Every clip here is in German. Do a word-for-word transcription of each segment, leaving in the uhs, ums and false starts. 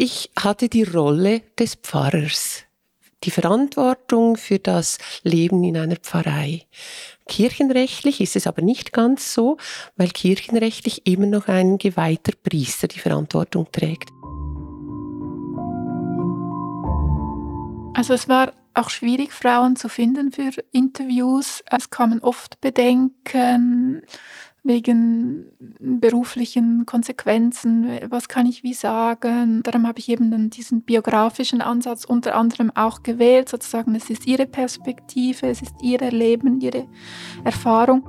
Ich hatte die Rolle des Pfarrers, die Verantwortung für das Leben in einer Pfarrei. Kirchenrechtlich ist es aber nicht ganz so, weil kirchenrechtlich immer noch ein geweihter Priester die Verantwortung trägt. Also es war auch schwierig, Frauen zu finden für Interviews. Es kamen oft Bedenken wegen beruflichen Konsequenzen, was kann ich wie sagen. Darum habe ich eben dann diesen biografischen Ansatz unter anderem auch gewählt, sozusagen es ist ihre Perspektive, es ist ihr Leben, ihre Erfahrung.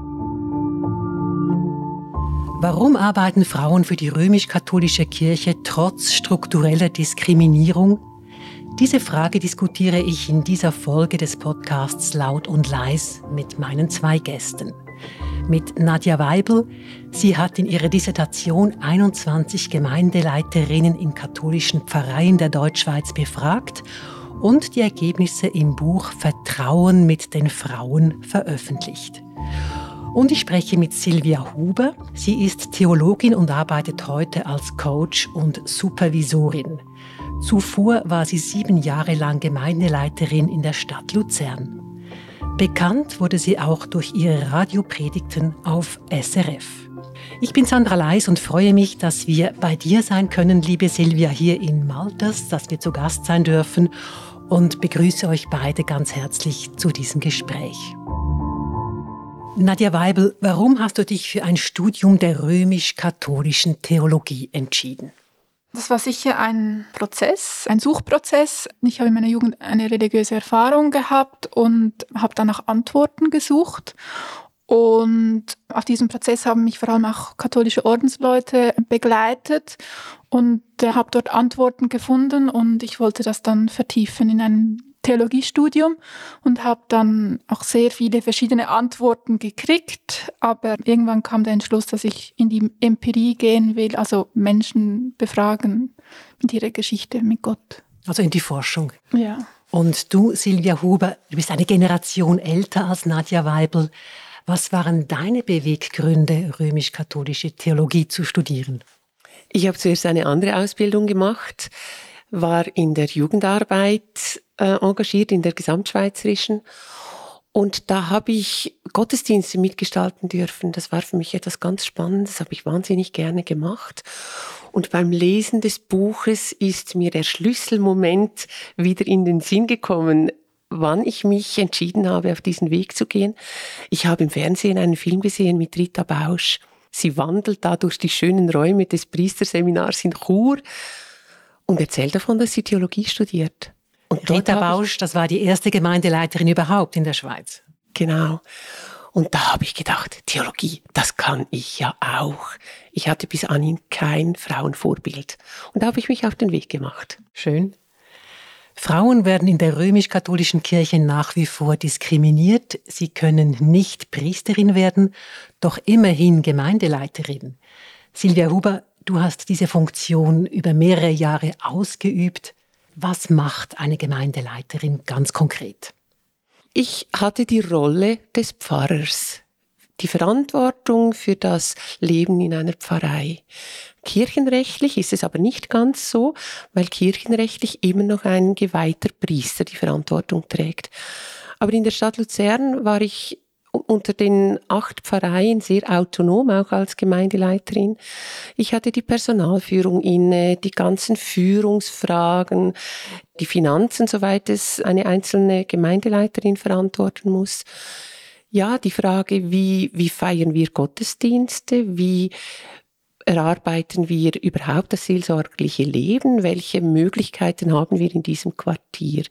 Warum arbeiten Frauen für die römisch-katholische Kirche trotz struktureller Diskriminierung? Diese Frage diskutiere ich in dieser Folge des Podcasts Laut und Leis mit meinen zwei Gästen. Mit Nadja Weibel. Sie hat in ihrer Dissertation einundzwanzig Gemeindeleiterinnen in katholischen Pfarreien der Deutschschweiz befragt und die Ergebnisse im Buch Vertrauen mit den Frauen veröffentlicht. Und ich spreche mit Silvia Huber. Sie ist Theologin und arbeitet heute als Coach und Supervisorin. Zuvor war sie sieben Jahre lang Gemeindeleiterin in der Stadt Luzern. Bekannt wurde sie auch durch ihre Radiopredigten auf S R F. Ich bin Sandra Leis und freue mich, dass wir bei dir sein können, liebe Silvia, hier in Malters, dass wir zu Gast sein dürfen und begrüße euch beide ganz herzlich zu diesem Gespräch. Nadja Weibel, warum hast du dich für ein Studium der römisch-katholischen Theologie entschieden? Das war sicher ein Prozess, ein Suchprozess. Ich habe in meiner Jugend eine religiöse Erfahrung gehabt und habe dann nach Antworten gesucht. Und auf diesem Prozess haben mich vor allem auch katholische Ordensleute begleitet und habe dort Antworten gefunden und ich wollte das dann vertiefen in einem Theologiestudium und habe dann auch sehr viele verschiedene Antworten gekriegt, aber irgendwann kam der Entschluss, dass ich in die Empirie gehen will, also Menschen befragen mit ihrer Geschichte mit Gott. Also in die Forschung. Ja. Und du, Silvia Huber, du bist eine Generation älter als Nadja Weibel. Was waren deine Beweggründe, römisch-katholische Theologie zu studieren? Ich habe zuerst eine andere Ausbildung gemacht, war in der Jugendarbeit äh, engagiert, in der gesamtschweizerischen. Und da habe ich Gottesdienste mitgestalten dürfen. Das war für mich etwas ganz Spannendes, das habe ich wahnsinnig gerne gemacht. Und beim Lesen des Buches ist mir der Schlüsselmoment wieder in den Sinn gekommen, wann ich mich entschieden habe, auf diesen Weg zu gehen. Ich habe im Fernsehen einen Film gesehen mit Rita Bausch. Sie wandelt da durch die schönen Räume des Priesterseminars in Chur und erzählt davon, dass sie Theologie studiert. Und Rita Bausch, das war die erste Gemeindeleiterin überhaupt in der Schweiz. Genau. Und da habe ich gedacht, Theologie, das kann ich ja auch. Ich hatte bis anhin kein Frauenvorbild. Und da habe ich mich auf den Weg gemacht. Schön. Frauen werden in der römisch-katholischen Kirche nach wie vor diskriminiert. Sie können nicht Priesterin werden, doch immerhin Gemeindeleiterin. Silvia Huber, du hast diese Funktion über mehrere Jahre ausgeübt. Was macht eine Gemeindeleiterin ganz konkret? Ich hatte die Rolle des Pfarrers, die Verantwortung für das Leben in einer Pfarrei. Kirchenrechtlich ist es aber nicht ganz so, weil kirchenrechtlich immer noch ein geweihter Priester die Verantwortung trägt. Aber in der Stadt Luzern war ich unter den acht Pfarreien sehr autonom, auch als Gemeindeleiterin. Ich hatte die Personalführung inne, die ganzen Führungsfragen, die Finanzen, soweit es eine einzelne Gemeindeleiterin verantworten muss. Ja, die Frage, wie, wie feiern wir Gottesdienste, wie erarbeiten wir überhaupt das seelsorgliche Leben, welche Möglichkeiten haben wir in diesem Quartier?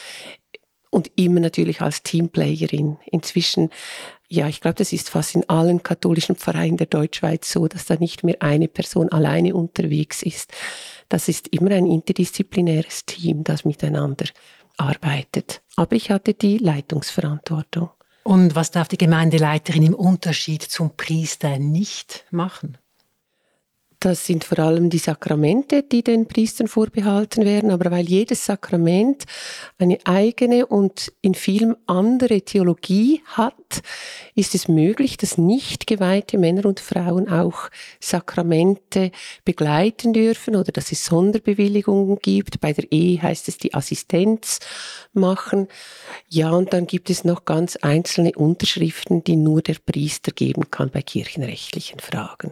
Und immer natürlich als Teamplayerin. Inzwischen, ja, ich glaube, das ist fast in allen katholischen Pfarreien der Deutschschweiz so, dass da nicht mehr eine Person alleine unterwegs ist. Das ist immer ein interdisziplinäres Team, das miteinander arbeitet. Aber ich hatte die Leitungsverantwortung. Und was darf die Gemeindeleiterin im Unterschied zum Priester nicht machen? Das sind vor allem die Sakramente, die den Priestern vorbehalten werden, aber weil jedes Sakrament eine eigene und in vielem andere Theologie hat, ist es möglich, dass nicht geweihte Männer und Frauen auch Sakramente begleiten dürfen oder dass es Sonderbewilligungen gibt. Bei der Ehe heißt es die Assistenz machen. Ja, und dann gibt es noch ganz einzelne Unterschriften, die nur der Priester geben kann bei kirchenrechtlichen Fragen.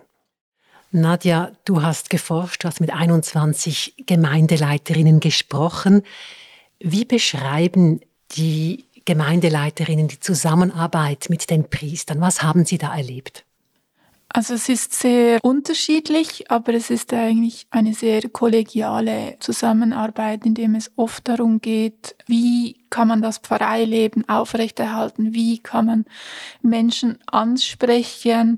Nadja, du hast geforscht, du hast mit einundzwanzig Gemeindeleiterinnen gesprochen. Wie beschreiben die Gemeindeleiterinnen die Zusammenarbeit mit den Priestern? Was haben sie da erlebt? Also es ist sehr unterschiedlich, aber es ist eigentlich eine sehr kollegiale Zusammenarbeit, in dem es oft darum geht, wie kann man das Pfarreileben aufrechterhalten, wie kann man Menschen ansprechen.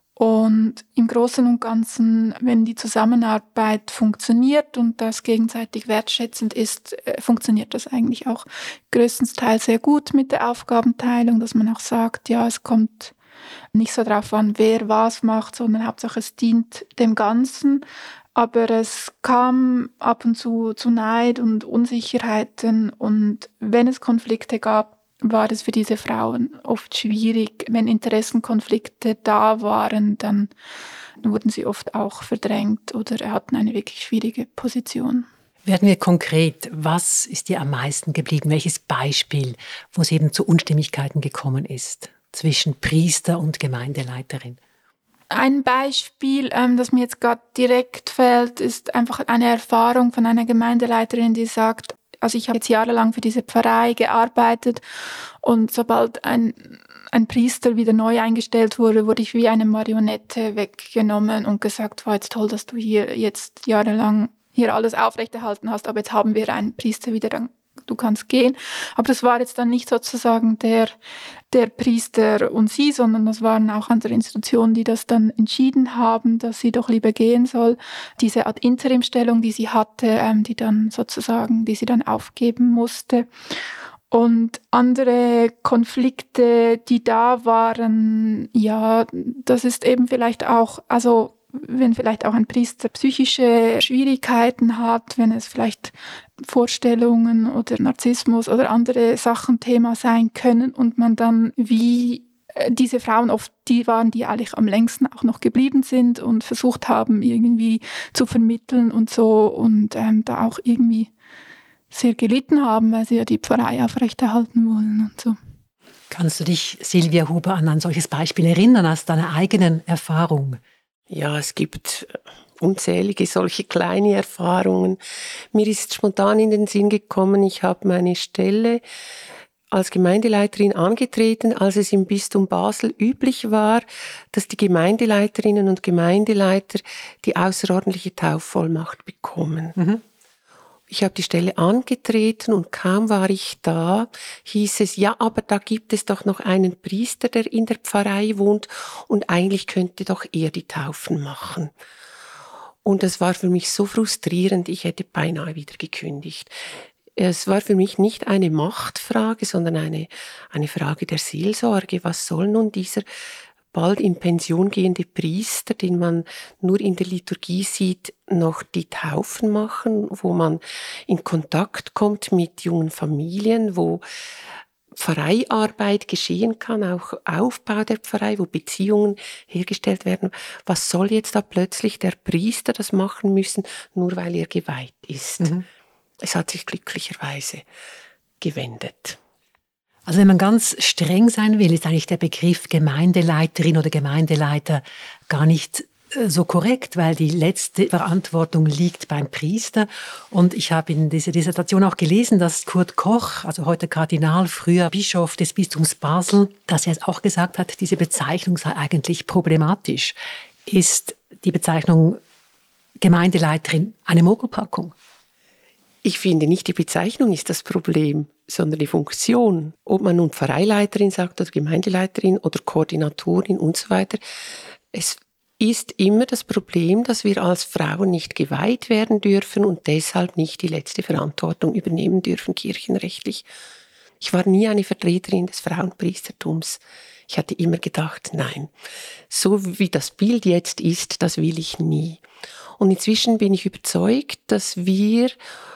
Und im Großen und Ganzen, wenn die Zusammenarbeit funktioniert und das gegenseitig wertschätzend ist, funktioniert das eigentlich auch größtenteils sehr gut mit der Aufgabenteilung, dass man auch sagt, ja, es kommt nicht so drauf an, wer was macht, sondern Hauptsache es dient dem Ganzen. Aber es kam ab und zu zu Neid und Unsicherheiten und wenn es Konflikte gab, war es für diese Frauen oft schwierig. Wenn Interessenkonflikte da waren, dann wurden sie oft auch verdrängt oder hatten eine wirklich schwierige Position. Werden wir konkret, was ist dir am meisten geblieben? Welches Beispiel, wo es eben zu Unstimmigkeiten gekommen ist zwischen Priester und Gemeindeleiterin? Ein Beispiel, ähm, das mir jetzt gerade direkt fällt, ist einfach eine Erfahrung von einer Gemeindeleiterin, die sagt, also ich habe jetzt jahrelang für diese Pfarrei gearbeitet und sobald ein, ein Priester wieder neu eingestellt wurde, wurde ich wie eine Marionette weggenommen und gesagt, war jetzt toll, dass du hier jetzt jahrelang hier alles aufrechterhalten hast, aber jetzt haben wir einen Priester wieder, dann du kannst gehen. Aber das war jetzt dann nicht sozusagen der, der Priester und sie, sondern das waren auch andere Institutionen, die das dann entschieden haben, dass sie doch lieber gehen soll. Diese Art Interimstellung, die sie hatte, ähm, die dann sozusagen, die sie dann aufgeben musste. Und andere Konflikte, die da waren, ja, das ist eben vielleicht auch, also wenn vielleicht auch ein Priester psychische Schwierigkeiten hat, wenn es vielleicht Vorstellungen oder Narzissmus oder andere Sachen Thema sein können und man dann wie diese Frauen oft die waren, die eigentlich am längsten auch noch geblieben sind und versucht haben, irgendwie zu vermitteln und so und ähm, da auch irgendwie sehr gelitten haben, weil sie ja die Pfarrei aufrechterhalten wollen und so. Kannst du dich, Silvia Huber, an ein solches Beispiel erinnern aus deiner eigenen Erfahrung? Ja, es gibt unzählige solche kleine Erfahrungen. Mir ist spontan in den Sinn gekommen, ich habe meine Stelle als Gemeindeleiterin angetreten, als es im Bistum Basel üblich war, dass die Gemeindeleiterinnen und Gemeindeleiter die außerordentliche Taufvollmacht bekommen. Mhm. Ich habe die Stelle angetreten und kaum war ich da, hieß es, ja, aber da gibt es doch noch einen Priester, der in der Pfarrei wohnt und eigentlich könnte doch er die Taufen machen. Und das war für mich so frustrierend, ich hätte beinahe wieder gekündigt. Es war für mich nicht eine Machtfrage, sondern eine, eine Frage der Seelsorge. Was soll nun dieser bald in Pension gehende Priester, den man nur in der Liturgie sieht, noch die Taufen machen, wo man in Kontakt kommt mit jungen Familien, wo Pfarreiarbeit geschehen kann, auch Aufbau der Pfarrei, wo Beziehungen hergestellt werden. Was soll jetzt da plötzlich der Priester das machen müssen, nur weil er geweiht ist? Mhm. Es hat sich glücklicherweise gewendet. Also wenn man ganz streng sein will, ist eigentlich der Begriff Gemeindeleiterin oder Gemeindeleiter gar nicht so korrekt, weil die letzte Verantwortung liegt beim Priester. Und ich habe in dieser Dissertation auch gelesen, dass Kurt Koch, also heute Kardinal, früher Bischof des Bistums Basel, dass er es auch gesagt hat, diese Bezeichnung sei eigentlich problematisch. Ist die Bezeichnung Gemeindeleiterin eine Mogelpackung? Ich finde, nicht die Bezeichnung ist das Problem, sondern die Funktion. Ob man nun Pfarreileiterin sagt oder Gemeindeleiterin oder Koordinatorin und so weiter. Es ist immer das Problem, dass wir als Frauen nicht geweiht werden dürfen und deshalb nicht die letzte Verantwortung übernehmen dürfen, kirchenrechtlich. Ich war nie eine Vertreterin des Frauenpriestertums. Ich hatte immer gedacht, nein, so wie das Bild jetzt ist, das will ich nie. Und inzwischen bin ich überzeugt, dass wir,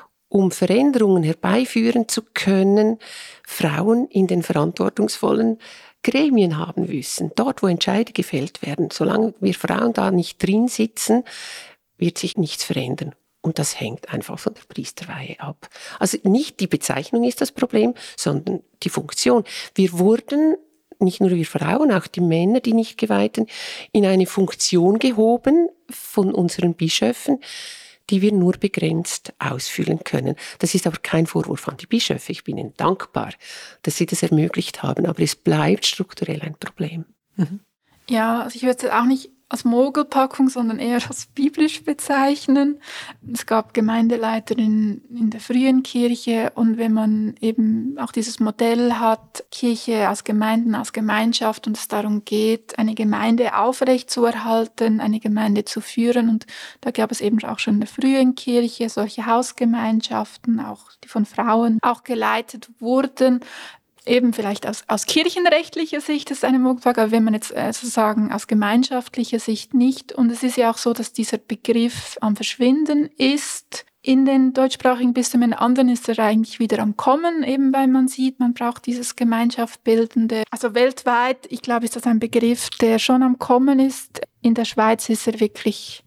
um Veränderungen herbeiführen zu können, Frauen in den verantwortungsvollen Gremien haben müssen. Dort, wo Entscheide gefällt werden. Solange wir Frauen da nicht drin sitzen, wird sich nichts verändern. Und das hängt einfach von der Priesterweihe ab. Also nicht die Bezeichnung ist das Problem, sondern die Funktion. Wir wurden, nicht nur wir Frauen, auch die Männer, die nicht geweihten, in eine Funktion gehoben von unseren Bischöfen, die wir nur begrenzt ausfüllen können. Das ist aber kein Vorwurf an die Bischöfe. Ich bin ihnen dankbar, dass sie das ermöglicht haben. Aber es bleibt strukturell ein Problem. Mhm. Ja, also ich würde es auch nicht als Mogelpackung, sondern eher als biblisch bezeichnen. Es gab Gemeindeleiterinnen in der frühen Kirche und wenn man eben auch dieses Modell hat, Kirche als Gemeinden, als Gemeinschaft und es darum geht, eine Gemeinde aufrechtzuerhalten, eine Gemeinde zu führen und da gab es eben auch schon in der frühen Kirche solche Hausgemeinschaften, auch die von Frauen auch geleitet wurden. Eben vielleicht aus, aus kirchenrechtlicher Sicht ist eine Mogelpackung, aber wenn man jetzt äh, sozusagen aus gemeinschaftlicher Sicht nicht. Und es ist ja auch so, dass dieser Begriff am Verschwinden ist in den deutschsprachigen Bistümern. In anderen ist er eigentlich wieder am Kommen, eben weil man sieht, man braucht dieses Gemeinschaftbildende. Also weltweit, ich glaube, ist das ein Begriff, der schon am Kommen ist. In der Schweiz ist er wirklich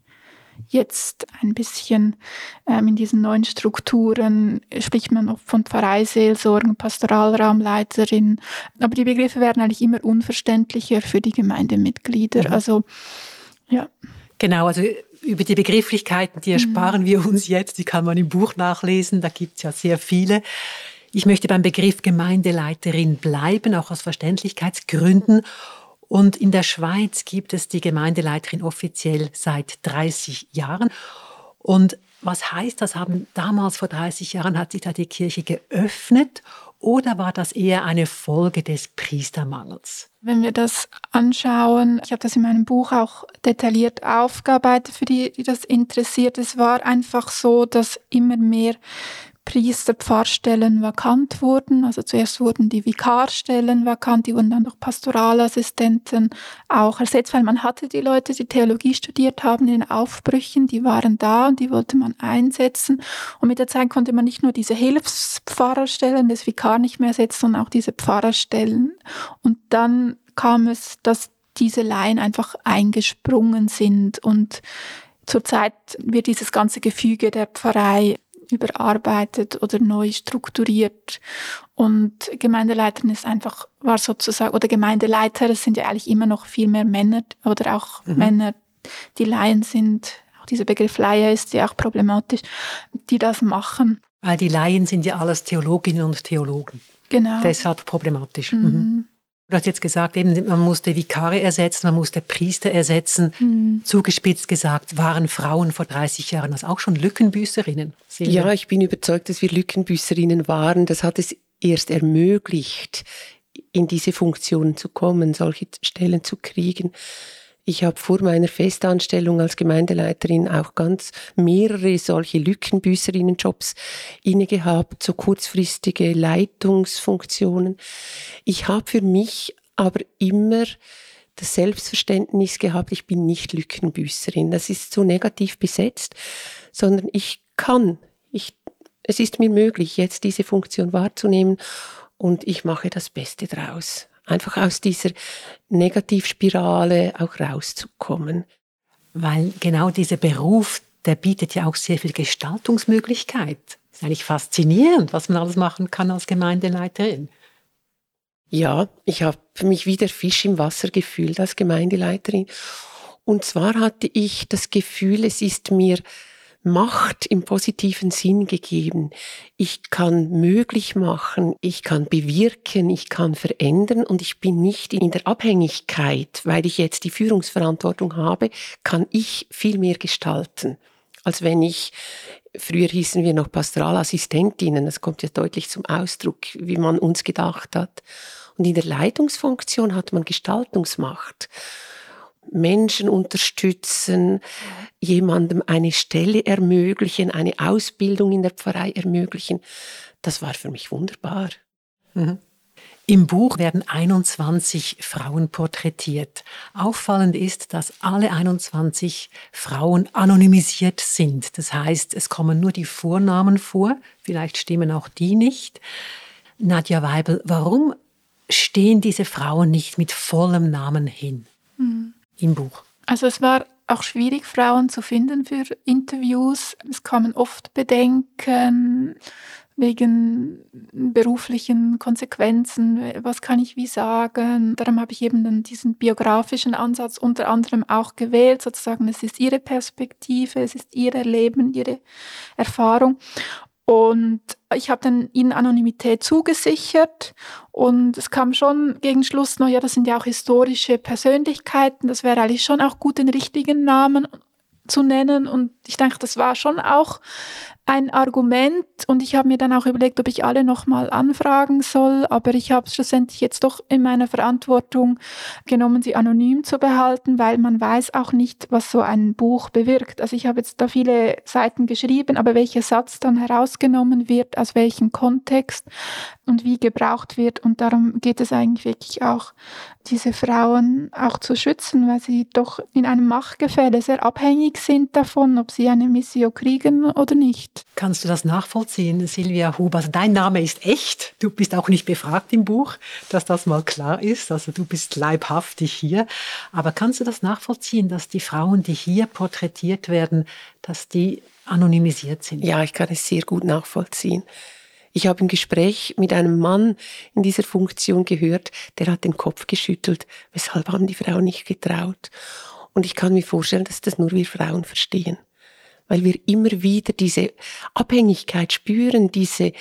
jetzt ein bisschen ähm, in diesen neuen Strukturen spricht man oft von Pfarreiseelsorgen, Pastoralraumleiterin. Aber die Begriffe werden eigentlich immer unverständlicher für die Gemeindemitglieder. Mhm. Also, ja. Genau, also über die Begrifflichkeiten, die ersparen mhm. wir uns jetzt. Die kann man im Buch nachlesen, da gibt es ja sehr viele. Ich möchte beim Begriff Gemeindeleiterin bleiben, auch aus Verständlichkeitsgründen. Und in der Schweiz gibt es die Gemeindeleiterin offiziell seit dreißig Jahren. Und was heißt das? Haben damals vor dreißig Jahren hat sich da die Kirche geöffnet oder war das eher eine Folge des Priestermangels? Wenn wir das anschauen, ich habe das in meinem Buch auch detailliert aufgearbeitet, für die, die das interessiert. Es war einfach so, dass immer mehr Priester, Pfarrstellen vakant wurden. Also zuerst wurden die Vikarstellen vakant, die wurden dann durch Pastoralassistenten auch ersetzt, weil man hatte die Leute, die Theologie studiert haben, in den Aufbrüchen, die waren da und die wollte man einsetzen. Und mit der Zeit konnte man nicht nur diese Hilfspfarrerstellen des Vikar nicht mehr ersetzen, sondern auch diese Pfarrerstellen. Und dann kam es, dass diese Laien einfach eingesprungen sind und zurzeit wird dieses ganze Gefüge der Pfarrei überarbeitet oder neu strukturiert. Und Gemeindeleiterin ist einfach, war sozusagen, oder Gemeindeleiter, es sind ja eigentlich immer noch viel mehr Männer oder auch mhm. Männer, die Laien sind. Auch dieser Begriff Laie ist ja auch problematisch, die das machen. Weil die Laien sind ja alles Theologinnen und Theologen. Genau. Deshalb problematisch. Mhm. Mhm. Du hast jetzt gesagt, eben, man musste Vikare ersetzen, man musste Priester ersetzen. Mhm. Zugespitzt gesagt, waren Frauen vor dreißig Jahren das auch schon Lückenbüßerinnen? Ja, ich bin überzeugt, dass wir Lückenbüßerinnen waren. Das hat es erst ermöglicht, in diese Funktionen zu kommen, solche Stellen zu kriegen. Ich habe vor meiner Festanstellung als Gemeindeleiterin auch ganz mehrere solche Lückenbüßerinnenjobs inne gehabt, so kurzfristige Leitungsfunktionen. Ich habe für mich aber immer das Selbstverständnis gehabt, ich bin nicht Lückenbüßerin. Das ist so negativ besetzt, sondern ich kann, ich, es ist mir möglich, jetzt diese Funktion wahrzunehmen und ich mache das Beste draus. Einfach aus dieser Negativspirale auch rauszukommen. Weil genau dieser Beruf, der bietet ja auch sehr viel Gestaltungsmöglichkeit. Das ist eigentlich faszinierend, was man alles machen kann als Gemeindeleiterin. Ja, ich habe mich wie der Fisch im Wasser gefühlt als Gemeindeleiterin. Und zwar hatte ich das Gefühl, es ist mir Macht im positiven Sinn gegeben. Ich kann möglich machen, ich kann bewirken, ich kann verändern und ich bin nicht in der Abhängigkeit, weil ich jetzt die Führungsverantwortung habe, kann ich viel mehr gestalten, als wenn ich, früher hießen wir noch Pastoralassistentinnen, das kommt ja deutlich zum Ausdruck, wie man uns gedacht hat. Und in der Leitungsfunktion hat man Gestaltungsmacht. Menschen unterstützen, jemandem eine Stelle ermöglichen, eine Ausbildung in der Pfarrei ermöglichen. Das war für mich wunderbar. Mhm. Im Buch werden einundzwanzig Frauen porträtiert. Auffallend ist, dass alle einundzwanzig Frauen anonymisiert sind. Das heißt, es kommen nur die Vornamen vor, vielleicht stimmen auch die nicht. Nadja Weibel, warum stehen diese Frauen nicht mit vollem Namen hin mhm. im Buch? Also es war auch schwierig, Frauen zu finden für Interviews. Es kamen oft Bedenken wegen beruflichen Konsequenzen, was kann ich wie sagen. Darum habe ich eben dann diesen biografischen Ansatz unter anderem auch gewählt, sozusagen es ist ihre Perspektive, es ist ihr Leben, ihre Erfahrung. Und ich habe dann ihnen Anonymität zugesichert und es kam schon gegen Schluss noch, ja, das sind ja auch historische Persönlichkeiten, das wäre eigentlich schon auch gut, den richtigen Namen zu nennen und ich denke, das war schon auch ein Argument und ich habe mir dann auch überlegt, ob ich alle nochmal anfragen soll, aber ich habe es schlussendlich jetzt doch in meiner Verantwortung genommen, sie anonym zu behalten, weil man weiß auch nicht, was so ein Buch bewirkt. Also ich habe jetzt da viele Seiten geschrieben, aber welcher Satz dann herausgenommen wird, aus welchem Kontext und wie gebraucht wird und darum geht es eigentlich wirklich auch, diese Frauen auch zu schützen, weil sie doch in einem Machtgefälle sehr abhängig sind davon, ob sie eine Mission kriegen oder nicht. Kannst du das nachvollziehen, Silvia Huber? Also dein Name ist echt, du bist auch nicht befragt im Buch, dass das mal klar ist, also du bist leibhaftig hier. Aber kannst du das nachvollziehen, dass die Frauen, die hier porträtiert werden, dass die anonymisiert sind? Ja, ich kann es sehr gut nachvollziehen. Ich habe im Gespräch mit einem Mann in dieser Funktion gehört, der hat den Kopf geschüttelt. Weshalb haben die Frauen nicht getraut? Und ich kann mir vorstellen, dass das nur wir Frauen verstehen. Weil wir immer wieder diese Abhängigkeit spüren, diese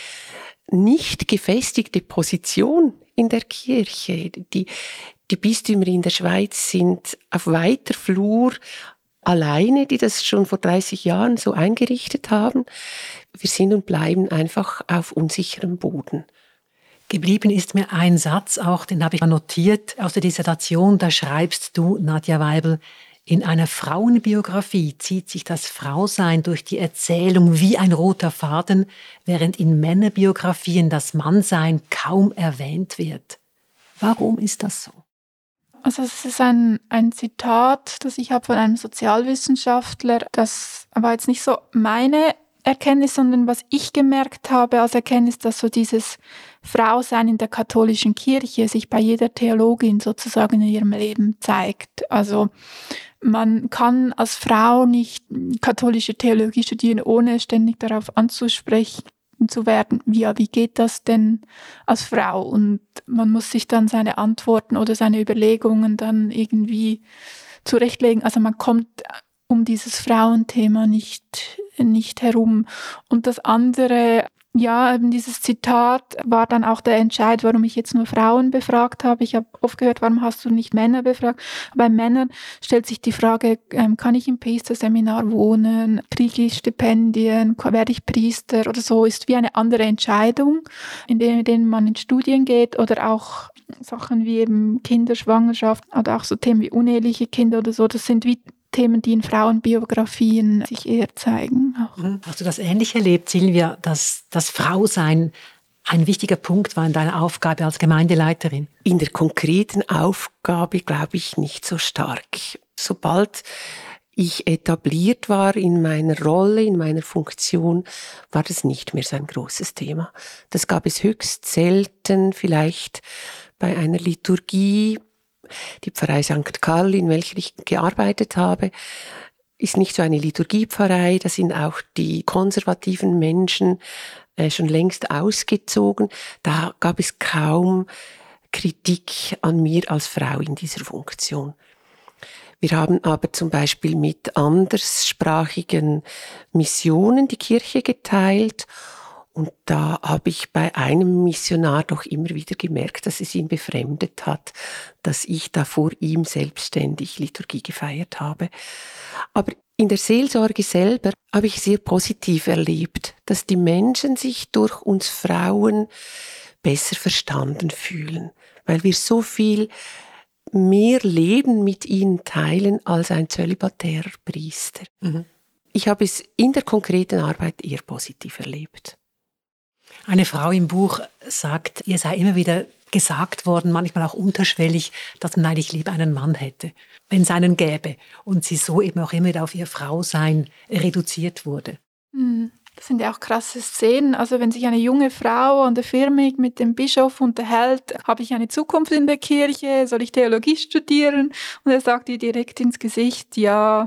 nicht gefestigte Position in der Kirche. Die, die Bistümer in der Schweiz sind auf weiter Flur alleine, die das schon vor dreißig Jahren so eingerichtet haben. Wir sind und bleiben einfach auf unsicherem Boden. Geblieben ist mir ein Satz auch, den habe ich notiert aus der Dissertation, da schreibst du, Nadja Weibel, in einer Frauenbiografie zieht sich das Frausein durch die Erzählung wie ein roter Faden, während in Männerbiografien das Mannsein kaum erwähnt wird. Warum ist das so? Also es ist ein, ein Zitat, das ich habe von einem Sozialwissenschaftler. Das war jetzt nicht so meine Erkenntnis, sondern was ich gemerkt habe als Erkenntnis, dass so dieses Frausein in der katholischen Kirche sich bei jeder Theologin sozusagen in ihrem Leben zeigt. Also man kann als Frau nicht katholische Theologie studieren, ohne ständig darauf anzusprechen zu werden, wie, ja, wie geht das denn als Frau? Und man muss sich dann seine Antworten oder seine Überlegungen dann irgendwie zurechtlegen. Also man kommt um dieses Frauenthema nicht, nicht herum. Und das andere, ja, eben dieses Zitat war dann auch der Entscheid, warum ich jetzt nur Frauen befragt habe. Ich habe oft gehört, warum hast du nicht Männer befragt? Bei Männern stellt sich die Frage, ähm, kann ich im Priesterseminar wohnen? Kriege ich Stipendien? Werde ich Priester? Oder so, ist wie eine andere Entscheidung, in denen man in Studien geht oder auch Sachen wie eben Kinderschwangerschaft oder auch so Themen wie uneheliche Kinder oder so. Das sind wie Themen, die in Frauenbiografien sich eher zeigen. Auch. Hast du das ähnlich erlebt, Silvia, dass das Frausein ein wichtiger Punkt war in deiner Aufgabe als Gemeindeleiterin? In der konkreten Aufgabe glaube ich nicht so stark. Sobald ich etabliert war in meiner Rolle, in meiner Funktion, war das nicht mehr so ein großes Thema. Das gab es höchst selten, vielleicht bei einer Liturgie. Die Pfarrei Sankt Gall, in welcher ich gearbeitet habe, ist nicht so eine Liturgiepfarrei. Da sind auch die konservativen Menschen äh, schon längst ausgezogen. Da gab es kaum Kritik an mir als Frau in dieser Funktion. Wir haben aber zum Beispiel mit anderssprachigen Missionen die Kirche geteilt. Und da habe ich bei einem Missionar doch immer wieder gemerkt, dass es ihn befremdet hat, dass ich da vor ihm selbstständig Liturgie gefeiert habe. Aber in der Seelsorge selber habe ich sehr positiv erlebt, dass die Menschen sich durch uns Frauen besser verstanden fühlen, weil wir so viel mehr Leben mit ihnen teilen als ein zölibatärer Priester. Mhm. Ich habe es in der konkreten Arbeit eher positiv erlebt. Eine Frau im Buch sagt, ihr sei immer wieder gesagt worden, manchmal auch unterschwellig, dass man eigentlich lieber einen Mann hätte, wenn es einen gäbe. Und sie so eben auch immer auf ihr Frausein reduziert wurde. Das sind ja auch krasse Szenen. Also wenn sich eine junge Frau an der Firmig mit dem Bischof unterhält, habe ich eine Zukunft in der Kirche, soll ich Theologie studieren? Und er sagt ihr direkt ins Gesicht, ja,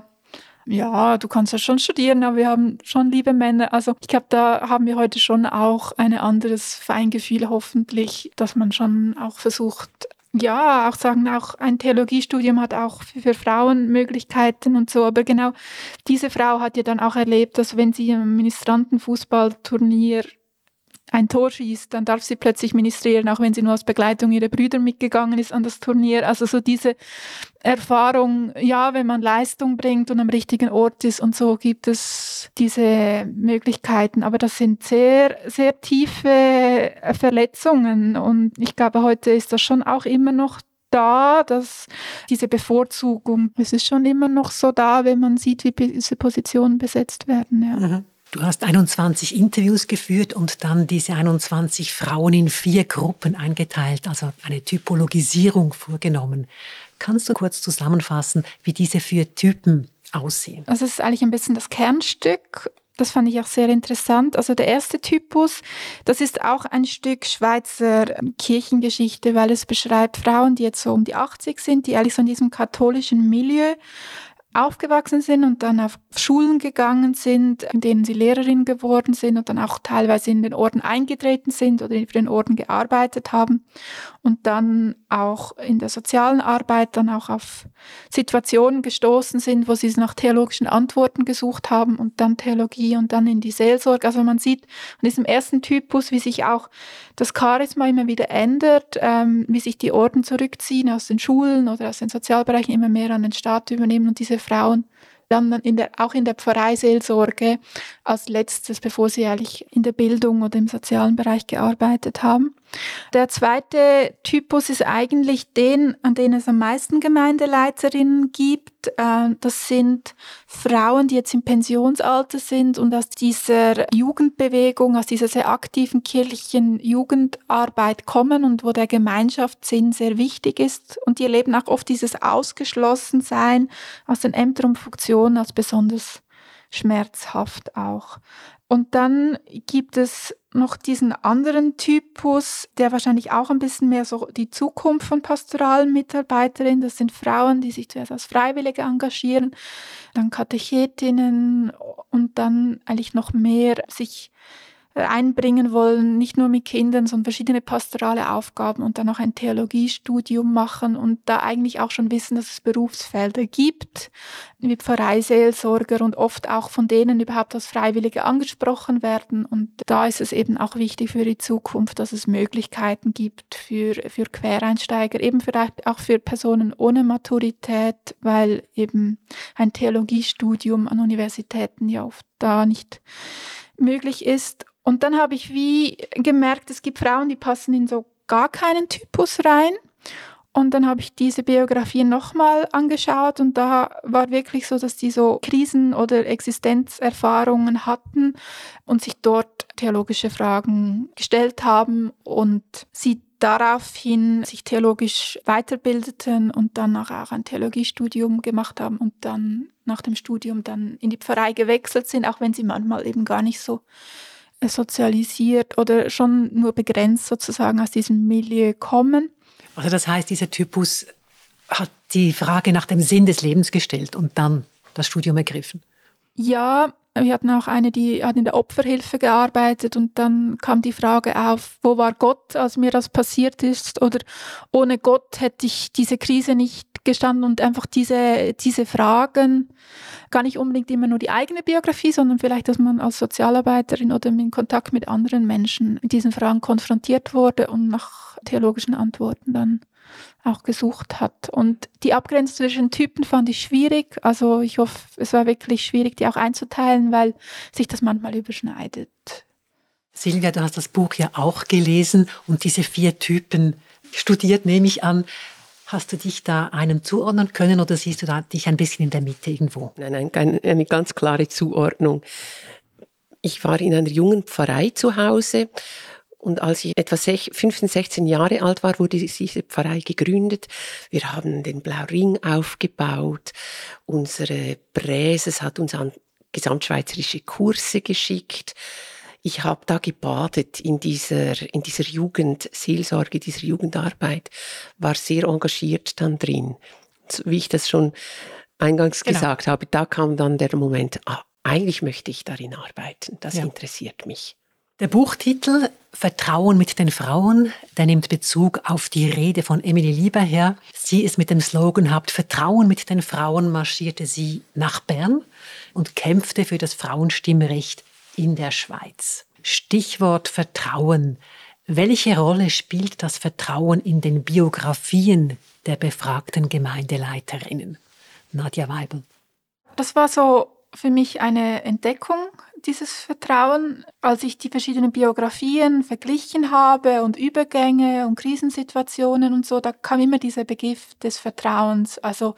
ja, du kannst ja schon studieren, aber wir haben schon liebe Männer. Also ich glaube, da haben wir heute schon auch ein anderes Feingefühl hoffentlich, dass man schon auch versucht, ja, auch sagen, auch ein Theologiestudium hat auch für, für Frauen Möglichkeiten und so. Aber genau diese Frau hat ja dann auch erlebt, dass wenn sie im Ministrantenfußballturnier ein Tor schießt, dann darf sie plötzlich ministrieren, auch wenn sie nur als Begleitung ihrer Brüder mitgegangen ist an das Turnier. Also so diese Erfahrung, ja, wenn man Leistung bringt und am richtigen Ort ist und so, gibt es diese Möglichkeiten. Aber das sind sehr, sehr tiefe Verletzungen und ich glaube, heute ist das schon auch immer noch da, dass diese Bevorzugung, es ist schon immer noch so da, wenn man sieht, wie diese Positionen besetzt werden. Ja. Mhm. Du hast einundzwanzig Interviews geführt und dann diese einundzwanzig Frauen in vier Gruppen eingeteilt, also eine Typologisierung vorgenommen. Kannst du kurz zusammenfassen, wie diese vier Typen aussehen? Also es ist eigentlich ein bisschen das Kernstück. Das fand ich auch sehr interessant. Also der erste Typus, das ist auch ein Stück Schweizer Kirchengeschichte, weil es beschreibt Frauen, die jetzt so um die achtzig sind, die eigentlich so in diesem katholischen Milieu aufgewachsen sind und dann auf Schulen gegangen sind, in denen sie Lehrerin geworden sind und dann auch teilweise in den Orden eingetreten sind oder für den Orden gearbeitet haben und dann auch in der sozialen Arbeit dann auch auf Situationen gestoßen sind, wo sie nach theologischen Antworten gesucht haben und dann Theologie und dann in die Seelsorge. Also man sieht an diesem ersten Typus, wie sich auch das Charisma immer wieder ändert, ähm, wie sich die Orden zurückziehen aus den Schulen oder aus den Sozialbereichen, immer mehr an den Staat übernehmen und diese Frauen dann in der, auch in der Pfarreiseelsorge als letztes, bevor sie eigentlich in der Bildung oder im sozialen Bereich gearbeitet haben. Der zweite Typus ist eigentlich den, an den es am meisten Gemeindeleiterinnen gibt. Das sind Frauen, die jetzt im Pensionsalter sind und aus dieser Jugendbewegung, aus dieser sehr aktiven kirchlichen Jugendarbeit kommen und wo der Gemeinschaftssinn sehr wichtig ist. Und die erleben auch oft dieses Ausgeschlossensein aus den Ämtern und Funktionen als besonders schmerzhaft auch. Und dann gibt es noch diesen anderen Typus, der wahrscheinlich auch ein bisschen mehr so die Zukunft von pastoralen Mitarbeiterinnen, das sind Frauen, die sich zuerst als Freiwillige engagieren, dann Katechetinnen und dann eigentlich noch mehr sich einbringen wollen, nicht nur mit Kindern, sondern verschiedene pastorale Aufgaben und dann noch ein Theologiestudium machen und da eigentlich auch schon wissen, dass es Berufsfelder gibt, wie Pfarreiseelsorger und oft auch von denen überhaupt als Freiwillige angesprochen werden. Und da ist es eben auch wichtig für die Zukunft, dass es Möglichkeiten gibt für, für Quereinsteiger, eben vielleicht auch für Personen ohne Maturität, weil eben ein Theologiestudium an Universitäten ja oft da nicht möglich ist. Und dann habe ich wie gemerkt, es gibt Frauen, die passen in so gar keinen Typus rein. Und dann habe ich diese Biografien nochmal angeschaut und da war wirklich so, dass die so Krisen- oder Existenzerfahrungen hatten und sich dort theologische Fragen gestellt haben und sie daraufhin sich theologisch weiterbildeten und dann auch ein Theologiestudium gemacht haben und dann nach dem Studium dann in die Pfarrei gewechselt sind, auch wenn sie manchmal eben gar nicht so sozialisiert oder schon nur begrenzt sozusagen aus diesem Milieu kommen. Also das heißt, dieser Typus hat die Frage nach dem Sinn des Lebens gestellt und dann das Studium ergriffen. Ja, wir hatten auch eine, die hat in der Opferhilfe gearbeitet und dann kam die Frage auf, wo war Gott, als mir das passiert ist? Oder ohne Gott hätte ich diese Krise nicht gestanden und einfach diese, diese Fragen, gar nicht unbedingt immer nur die eigene Biografie, sondern vielleicht, dass man als Sozialarbeiterin oder in Kontakt mit anderen Menschen mit diesen Fragen konfrontiert wurde und nach theologischen Antworten dann auch gesucht hat. Und die Abgrenzung zwischen Typen fand ich schwierig. Also ich hoffe, es war wirklich schwierig, die auch einzuteilen, weil sich das manchmal überschneidet. Silvia, du hast das Buch ja auch gelesen und diese vier Typen studiert, nehme ich an. Hast du dich da einem zuordnen können oder siehst du da dich ein bisschen in der Mitte irgendwo? Nein, nein, eine ganz klare Zuordnung. Ich war in einer jungen Pfarrei zu Hause Und als ich etwa fünfzehn, sechzehn Jahre alt war, wurde diese Pfarrei gegründet. Wir haben den Blauring aufgebaut. Unsere Präses hat uns an gesamtschweizerische Kurse geschickt. Ich habe da gebadet in dieser, in dieser Jugendseelsorge, dieser Jugendarbeit, war sehr engagiert dann drin. Wie ich das schon eingangs genau. gesagt habe, da kam dann der Moment, ah, eigentlich möchte ich darin arbeiten, das ja. interessiert mich. Der Buchtitel Vertrauen mit den Frauen, der nimmt Bezug auf die Rede von Emilie Lieberherr. Sie ist mit dem Slogan Habt Vertrauen mit den Frauen, marschierte sie nach Bern und kämpfte für das Frauenstimmrecht in der Schweiz. Stichwort Vertrauen. Welche Rolle spielt das Vertrauen in den Biografien der befragten Gemeindeleiterinnen? Nadja Weibel. Das war so für mich eine Entdeckung, dieses Vertrauen, als ich die verschiedenen Biografien verglichen habe und Übergänge und Krisensituationen und so, da kam immer dieser Begriff des Vertrauens. Also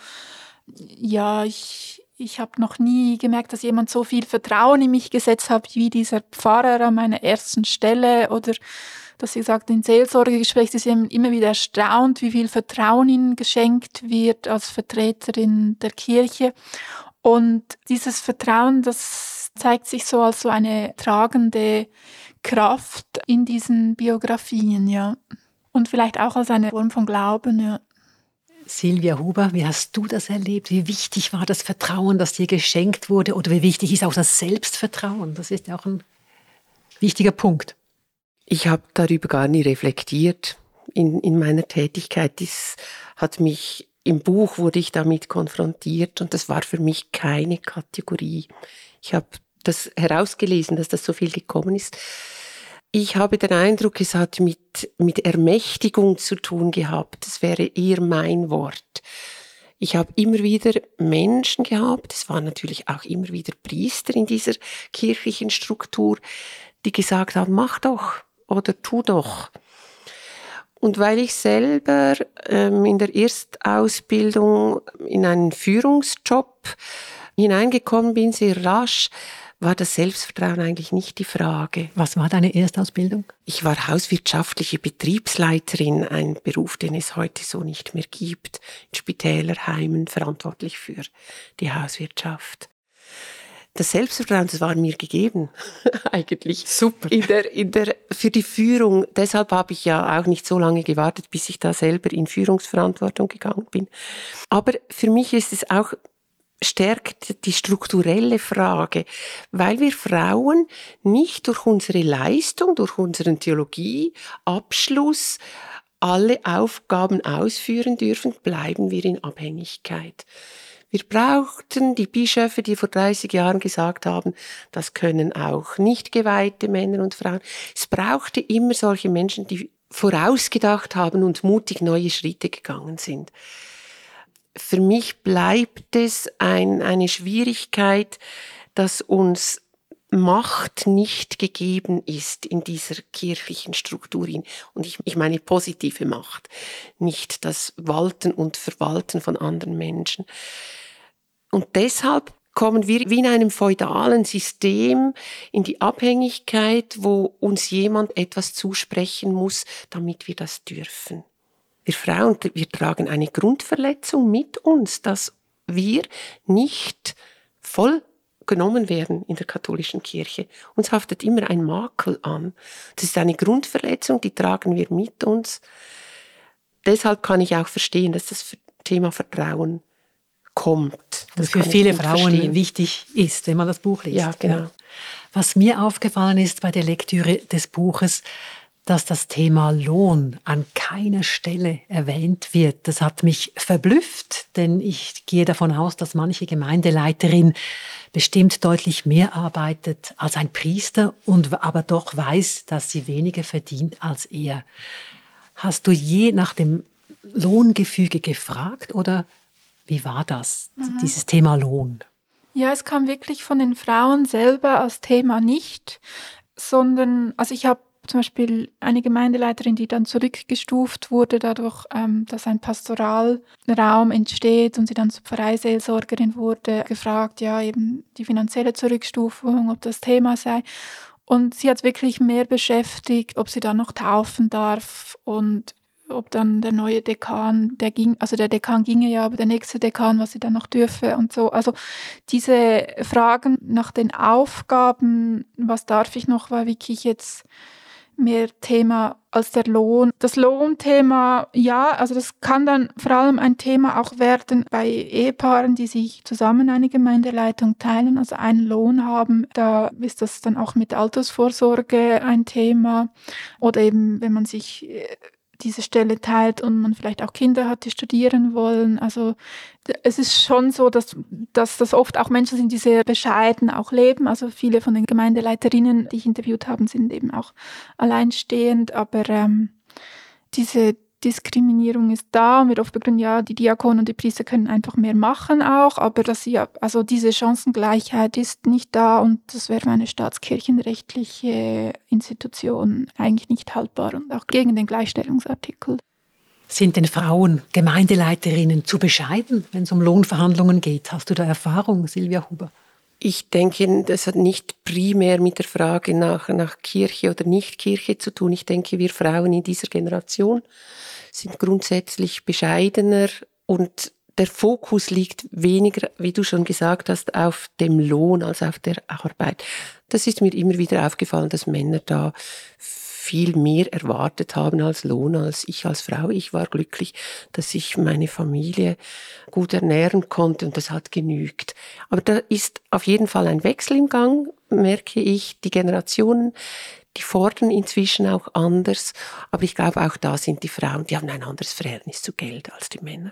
ja, ich, ich habe noch nie gemerkt, dass jemand so viel Vertrauen in mich gesetzt hat, wie dieser Pfarrer an meiner ersten Stelle, oder dass sie gesagt, in Seelsorgegesprächen ist immer wieder erstaunt, wie viel Vertrauen ihnen geschenkt wird als Vertreterin der Kirche. Und dieses Vertrauen, das zeigt sich so als so eine tragende Kraft in diesen Biografien, ja. Und vielleicht auch als eine Form von Glauben, ja. Silvia Huber, wie hast du das erlebt? Wie wichtig war das Vertrauen, das dir geschenkt wurde? Oder wie wichtig ist auch das Selbstvertrauen? Das ist ja auch ein wichtiger Punkt. Ich habe darüber gar nie reflektiert in, in meiner Tätigkeit. Das hat mich, im Buch wurde ich damit konfrontiert und das war für mich keine Kategorie. Ich habe das herausgelesen, dass das so viel gekommen ist. Ich habe den Eindruck, es hat mit, mit Ermächtigung zu tun gehabt. Das wäre eher mein Wort. Ich habe immer wieder Menschen gehabt, es waren natürlich auch immer wieder Priester in dieser kirchlichen Struktur, die gesagt haben, mach doch oder tu doch. Und weil ich selber ähm, in der Erstausbildung in einen Führungsjob hineingekommen bin, sehr rasch, war das Selbstvertrauen eigentlich nicht die Frage. Was war deine Erstausbildung? Ich war hauswirtschaftliche Betriebsleiterin, ein Beruf, den es heute so nicht mehr gibt, in Spitälerheimen, verantwortlich für die Hauswirtschaft. Das Selbstvertrauen, das war mir gegeben, eigentlich. Super. In der, in der, für die Führung. Deshalb habe ich ja auch nicht so lange gewartet, bis ich da selber in Führungsverantwortung gegangen bin. Aber für mich ist es auch stärkt die strukturelle Frage, weil wir Frauen nicht durch unsere Leistung, durch unseren Theologieabschluss alle Aufgaben ausführen dürfen, bleiben wir in Abhängigkeit. Wir brauchten die Bischöfe, die vor dreißig Jahren gesagt haben, das können auch nicht geweihte Männer und Frauen. Es brauchte immer solche Menschen, die vorausgedacht haben und mutig neue Schritte gegangen sind. Für mich bleibt es ein, eine Schwierigkeit, dass uns Macht nicht gegeben ist in dieser kirchlichen Struktur. Und ich, ich meine positive Macht, nicht das Walten und Verwalten von anderen Menschen. Und deshalb kommen wir wie in einem feudalen System in die Abhängigkeit, wo uns jemand etwas zusprechen muss, damit wir das dürfen. Wir Frauen, wir tragen eine Grundverletzung mit uns, dass wir nicht voll genommen werden in der katholischen Kirche. Uns haftet immer ein Makel an. Das ist eine Grundverletzung, die tragen wir mit uns. Deshalb kann ich auch verstehen, dass das Thema Vertrauen kommt. Das für viele Frauen verstehen. Wichtig ist, wenn man das Buch liest. Ja, genau. Ja. Was mir aufgefallen ist bei der Lektüre des Buches, dass das Thema Lohn an keiner Stelle erwähnt wird. Das hat mich verblüfft, denn ich gehe davon aus, dass manche Gemeindeleiterin bestimmt deutlich mehr arbeitet als ein Priester und aber doch weiß, dass sie weniger verdient als er. Hast du je nach dem Lohngefüge gefragt oder wie war das, mhm. dieses Thema Lohn? Ja, es kam wirklich von den Frauen selber als Thema nicht, sondern, also ich habe zum Beispiel eine Gemeindeleiterin, die dann zurückgestuft wurde, dadurch, ähm, dass ein Pastoralraum entsteht und sie dann zur Pfarreiseelsorgerin wurde, gefragt, ja, eben die finanzielle Zurückstufung, ob das Thema sei. Und sie hat es wirklich mehr beschäftigt, ob sie dann noch taufen darf und ob dann der neue Dekan, der ging, also der Dekan ginge ja, aber der nächste Dekan, was sie dann noch dürfe und so. Also diese Fragen nach den Aufgaben, was darf ich noch, war wirklich jetzt mehr Thema als der Lohn. Das Lohnthema, ja, also das kann dann vor allem ein Thema auch werden bei Ehepaaren, die sich zusammen eine Gemeindeleitung teilen, also einen Lohn haben. Da ist das dann auch mit Altersvorsorge ein Thema. Oder eben, wenn man sich diese Stelle teilt und man vielleicht auch Kinder hat, die studieren wollen. Also es ist schon so, dass, dass das oft auch Menschen sind, die sehr bescheiden auch leben. Also viele von den Gemeindeleiterinnen, die ich interviewt habe, sind eben auch alleinstehend. Aber ähm, diese Diskriminierung ist da und wird oft begründet, ja, die Diakonen und die Priester können einfach mehr machen auch, aber dass sie, also diese Chancengleichheit ist nicht da und das wäre für eine staatskirchenrechtliche Institution eigentlich nicht haltbar und auch gegen den Gleichstellungsartikel. Sind denn Frauen, Gemeindeleiterinnen, zu bescheiden, wenn es um Lohnverhandlungen geht? Hast du da Erfahrung, Silvia Huber? Ich denke, das hat nicht primär mit der Frage nach, nach Kirche oder Nicht-Kirche zu tun. Ich denke, wir Frauen in dieser Generation sind grundsätzlich bescheidener und der Fokus liegt weniger, wie du schon gesagt hast, auf dem Lohn als auf der Arbeit. Das ist mir immer wieder aufgefallen, dass Männer da viel mehr erwartet haben als Lohn, als ich als Frau. Ich war glücklich, dass ich meine Familie gut ernähren konnte und das hat genügt. Aber da ist auf jeden Fall ein Wechsel im Gang, merke ich. Die Generationen, die fordern inzwischen auch anders. Aber ich glaube, auch da sind die Frauen, die haben ein anderes Verhältnis zu Geld als die Männer.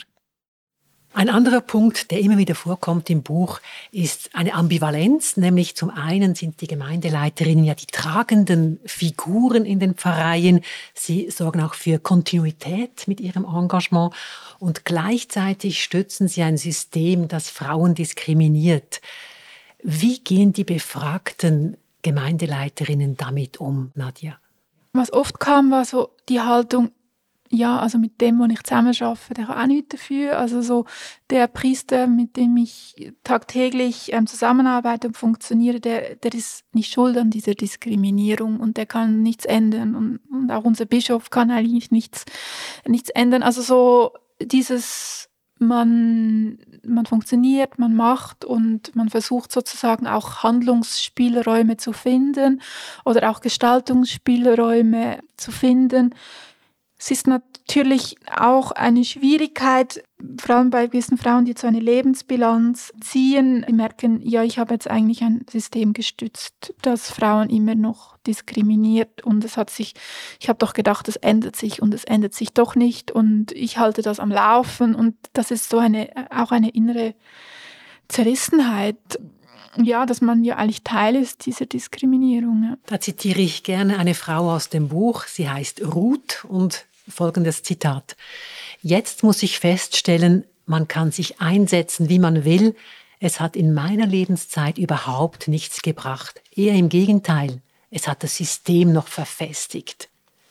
Ein anderer Punkt, der immer wieder vorkommt im Buch, ist eine Ambivalenz. Nämlich zum einen sind die Gemeindeleiterinnen ja die tragenden Figuren in den Pfarreien. Sie sorgen auch für Kontinuität mit ihrem Engagement. Und gleichzeitig stützen sie ein System, das Frauen diskriminiert. Wie gehen die befragten Gemeindeleiterinnen damit um, Nadja? Was oft kam, war so die Haltung, ja, also mit dem, wo ich zusammen arbeite, der kann auch nichts dafür. Also so der Priester, mit dem ich tagtäglich ähm, zusammenarbeite und funktioniere, der, der ist nicht schuld an dieser Diskriminierung und der kann nichts ändern. Und, und auch unser Bischof kann eigentlich nichts, nichts ändern. Also so dieses, man, man funktioniert, man macht und man versucht sozusagen auch Handlungsspielräume zu finden oder auch Gestaltungsspielräume zu finden. Es ist natürlich auch eine Schwierigkeit, vor allem bei gewissen Frauen, die jetzt so eine Lebensbilanz ziehen, die merken, ja, ich habe jetzt eigentlich ein System gestützt, das Frauen immer noch diskriminiert und es hat sich, ich habe doch gedacht, es ändert sich und es ändert sich doch nicht und ich halte das am Laufen und das ist so eine, auch eine innere Zerrissenheit. Ja, dass man ja eigentlich Teil ist dieser Diskriminierung. Ja. Da zitiere ich gerne eine Frau aus dem Buch. Sie heißt Ruth und folgendes Zitat. Jetzt muss ich feststellen, man kann sich einsetzen, wie man will. Es hat in meiner Lebenszeit überhaupt nichts gebracht. Eher im Gegenteil. Es hat das System noch verfestigt.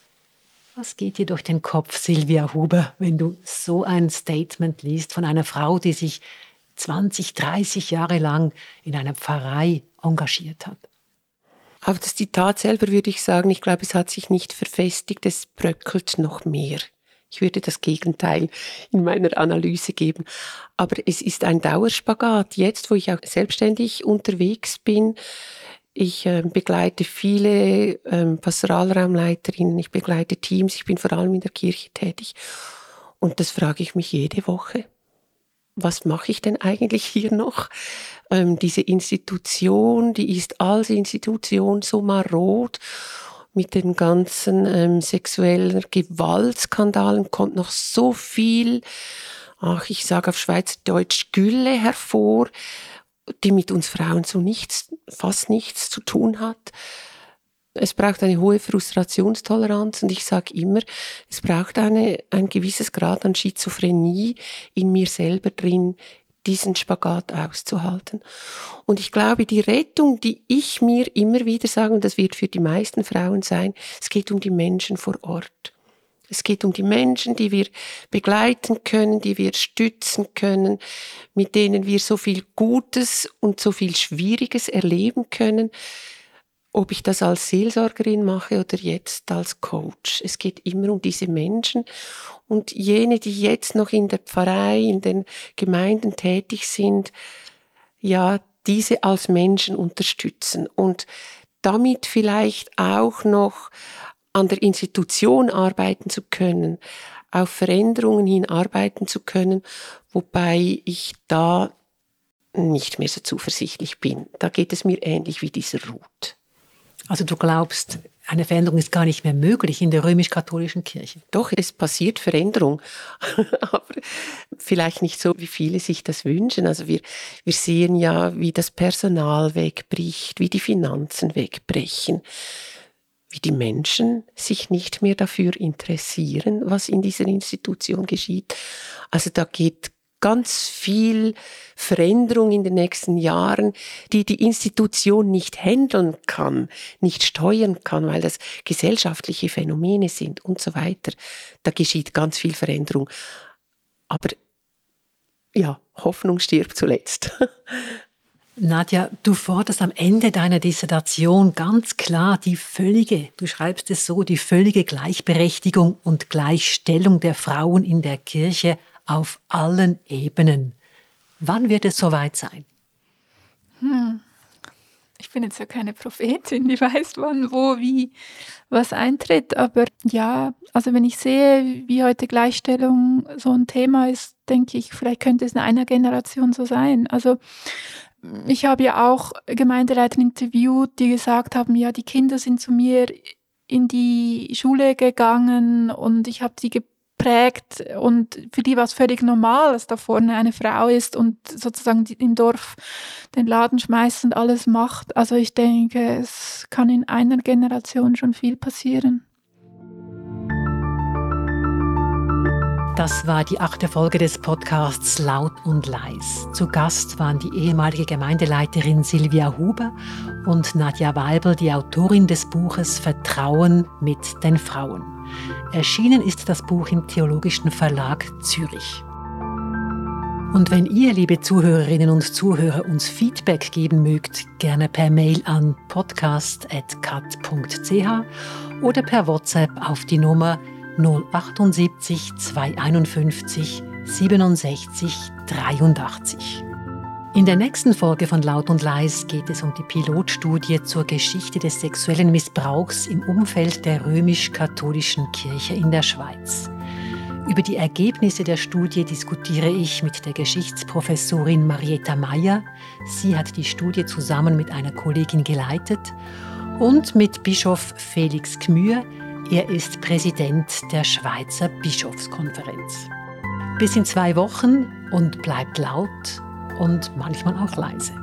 Was geht dir durch den Kopf, Silvia Huber, wenn du so ein Statement liest von einer Frau, die sich zwanzig, dreißig Jahre lang in einer Pfarrei engagiert hat? Aber das Zitat selber würde ich sagen, ich glaube, es hat sich nicht verfestigt, es bröckelt noch mehr. Ich würde das Gegenteil in meiner Analyse geben. Aber es ist ein Dauerspagat. Jetzt, wo ich auch selbstständig unterwegs bin, ich äh, begleite viele ähm, Pastoralraumleiterinnen, ich begleite Teams, ich bin vor allem in der Kirche tätig. Und das frage ich mich jede Woche. Was mache ich denn eigentlich hier noch? Ähm, diese Institution, die ist als Institution so marod. Mit den ganzen ähm, sexuellen Gewaltskandalen kommt noch so viel, ach, ich sage auf Schweizerdeutsch, Gülle hervor, die mit uns Frauen so nichts, fast nichts zu tun hat. Es braucht eine hohe Frustrationstoleranz und ich sage immer, es braucht eine, ein gewisses Grad an Schizophrenie in mir selber drin, diesen Spagat auszuhalten. Und ich glaube, die Rettung, die ich mir immer wieder sage, und das wird für die meisten Frauen sein, es geht um die Menschen vor Ort. Es geht um die Menschen, die wir begleiten können, die wir stützen können, mit denen wir so viel Gutes und so viel Schwieriges erleben können. ob ich das als Seelsorgerin mache oder jetzt als Coach. Es geht immer um diese Menschen und jene, die jetzt noch in der Pfarrei, in den Gemeinden tätig sind, ja, diese als Menschen unterstützen und damit vielleicht auch noch an der Institution arbeiten zu können, auf Veränderungen hin arbeiten zu können, wobei ich da nicht mehr so zuversichtlich bin. Da geht es mir ähnlich wie dieser Ruth. Also du glaubst, eine Veränderung ist gar nicht mehr möglich in der römisch-katholischen Kirche? Doch, es passiert Veränderung, aber vielleicht nicht so, wie viele sich das wünschen. Also wir, wir sehen ja, wie das Personal wegbricht, wie die Finanzen wegbrechen, wie die Menschen sich nicht mehr dafür interessieren, was in dieser Institution geschieht. Also da geht ganz viel Veränderung in den nächsten Jahren, die die Institution nicht handeln kann, nicht steuern kann, weil das gesellschaftliche Phänomene sind und so weiter. Da geschieht ganz viel Veränderung. Aber ja, Hoffnung stirbt zuletzt. Nadja, du forderst am Ende deiner Dissertation ganz klar die völlige, du schreibst es so, die völlige Gleichberechtigung und Gleichstellung der Frauen in der Kirche auf allen Ebenen. Wann wird es soweit sein? Hm. Ich bin jetzt ja keine Prophetin, die weiß, wann, wo, wie, was eintritt. Aber ja, also wenn ich sehe, wie heute Gleichstellung so ein Thema ist, denke ich, vielleicht könnte es in einer Generation so sein. Also ich habe ja auch Gemeindeleiter interviewt, die gesagt haben, ja, die Kinder sind zu mir in die Schule gegangen und ich habe sie geprägt und für die war es völlig normal, dass da vorne eine Frau ist und sozusagen im Dorf den Laden schmeißt und alles macht. Also ich denke, es kann in einer Generation schon viel passieren. Das war die achte Folge des Podcasts Laut und Leis. Zu Gast waren die ehemalige Gemeindeleiterin Silvia Huber und Nadja Weibel, die Autorin des Buches Vertrauen mit den Frauen. Erschienen ist das Buch im Theologischen Verlag Zürich. Und wenn ihr, liebe Zuhörerinnen und Zuhörer, uns Feedback geben mögt, gerne per Mail an podcast at kat punkt c h oder per WhatsApp auf die Nummer null achtundsiebzig zweihunderteinundfünfzig siebenundsechzig dreiundachtzig. In der nächsten Folge von Laut und Leis geht es um die Pilotstudie zur Geschichte des sexuellen Missbrauchs im Umfeld der römisch-katholischen Kirche in der Schweiz. Über die Ergebnisse der Studie diskutiere ich mit der Geschichtsprofessorin Marietta Meyer. Sie hat die Studie zusammen mit einer Kollegin geleitet und mit Bischof Felix Gmür. Er ist Präsident der Schweizer Bischofskonferenz. Bis in zwei Wochen und bleibt laut und manchmal auch leise.